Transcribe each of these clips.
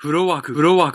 フロワーク。はい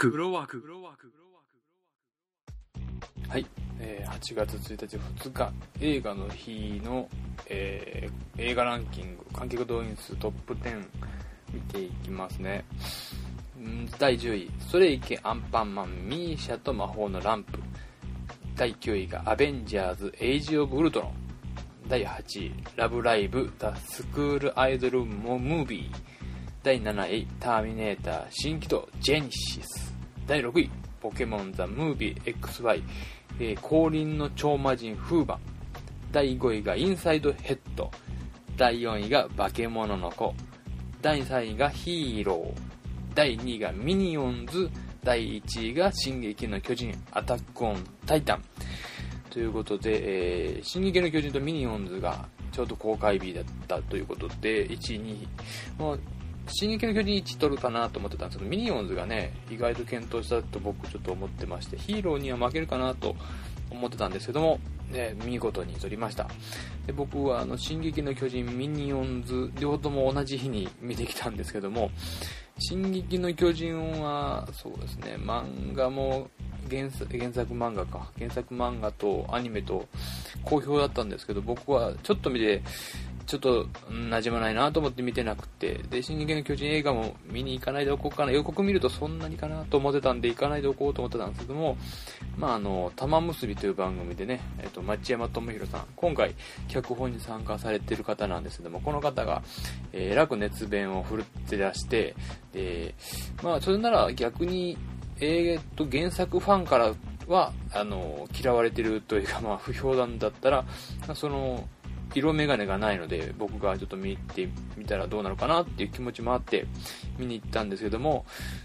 、8月1日2日映画の日の、映画ランキング観客動員数トップ10見ていきますね。第10位それいけアンパンマンミーシャと魔法のランプ。第9位がアベンジャーズエイジオブウルトロン。第8位ラブライブザスクールアイドルムービー。第7位ターミネーター新起動ジェネシス。第6位ポケモンザムービー XY、降臨の超魔人フーバ。第5位がインサイドヘッド。第4位が化け物の子。第3位がヒーロー。第2位がミニオンズ。第1位が進撃の巨人アタックオンタイタンということで、進撃の巨人とミニオンズがちょうど公開日だったということで1位2位もう進撃の巨人1位取るかなと思ってたんですけど、ミニオンズがね意外と検討したと僕ちょっと思ってまして、ヒーローには負けるかなと思ってたんですけども、見事に取りました。で僕は進撃の巨人ミニオンズ両方とも同じ日に見てきたんですけども、進撃の巨人はそうですね、漫画も原作漫画とアニメと好評だったんですけど、僕はちょっと見てちょっと馴染まないなと思って見てなくて、で進撃の巨人映画も見に行かないでおこうかな、予告見るとそんなにかなと思ってたんで行かないでおこうと思ってたんですけども、玉結びという番組でね、町山智博さん今回脚本に参加されている方なんですけども、この方が、楽熱弁を振るって出して、でそれなら逆に原作ファンからは嫌われてるというか、不評なんだったらその色眼鏡がないので僕がちょっと見てみたらどうなのかなっていう気持ちもあって見に行ったんですけども、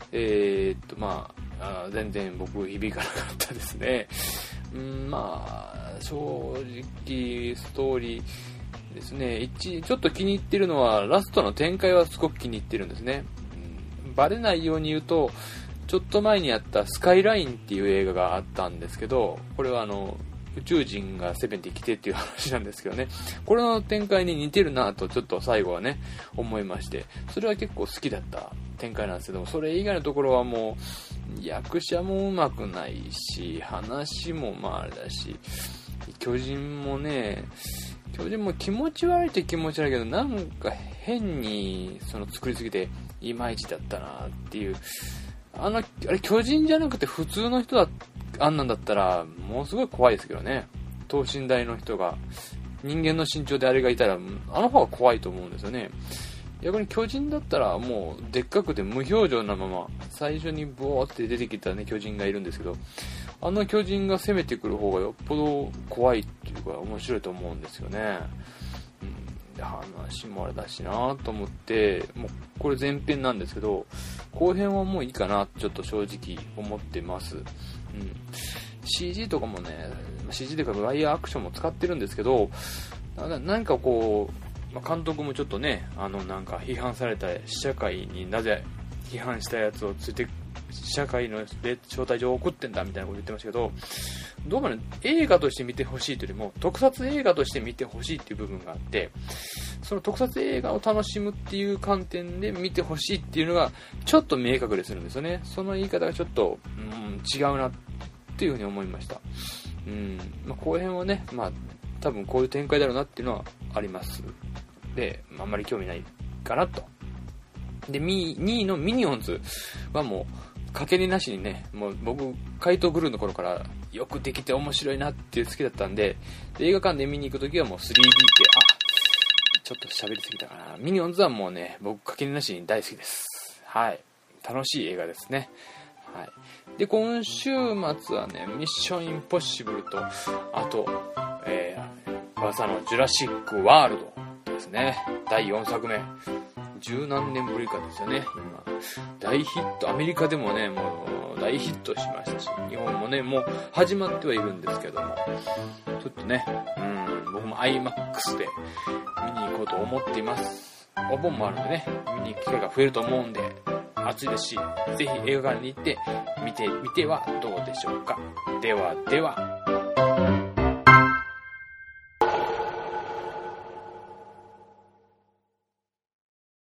全然僕響かなかったですね。正直ストーリーですね、ちょっと気に入ってるのはラストの展開はすごく気に入ってるんですね。バレないように言うと、ちょっと前にやったスカイラインっていう映画があったんですけど、これは宇宙人が攻めてきてっていう話なんですけどね、これの展開に似てるなとちょっと最後はね思いまして、それは結構好きだった展開なんですけど、それ以外のところはもう役者も上手くないし、話もあれだし、巨人も気持ち悪いって気持ち悪いけど、なんか変に作りすぎていまいちだったなっていう。あれ巨人じゃなくて普通の人あんなんだったらもうすごい怖いですけどね。等身大の人が人間の身長であれがいたら方が怖いと思うんですよね。逆に巨人だったらもうでっかくて無表情なまま最初にボーって出てきた巨人がいるんですけど、巨人が攻めてくる方がよっぽど怖いっていうか面白いと思うんですよね。話もあれだしなと思って、もうこれ前編なんですけど後編はもういいかなちょっと正直思ってます。CG とかもね CG というかワイヤーアクションも使ってるんですけど、何かこう、監督もちょっとねなんか批判された試写会になぜ批判したやつをついて試写会の招待状を送ってんだみたいなこと言ってましたけど、どうもね映画として見てほしいというよりも特撮映画として見てほしいっていう部分があって、その特撮映画を楽しむっていう観点で見てほしいっていうのがちょっと明確でするんですよね。その言い方がちょっと、違うなっていうふうに思いました。後編はね多分こういう展開だろうなっていうのはありますで、あんまり興味ないかなと。で2位のミニオンズはもうかけりなしにね、もう僕怪盗グルーの頃からよくできて面白いなっていう好きだったんで、映画館で見に行くときはもう 3D ってちょっと喋りすぎたかな。ミニオンズはもうね僕かけりなしに大好きです。はい、楽しい映画ですね。はい。で今週末はねミッションインポッシブルと、あと噂のジュラシックワールドですね。第4作目十何年ぶりかですよね。今大ヒット、アメリカでもねもう大ヒットしましたし、日本もねもう始まってはいるんですけども、ちょっとね僕も IMAX で見に行こうと思っています。お盆もあるんでね見に行く機会が増えると思うんで、暑いですしぜひ映画館に行って見てみてはどうでしょうか。ではでは。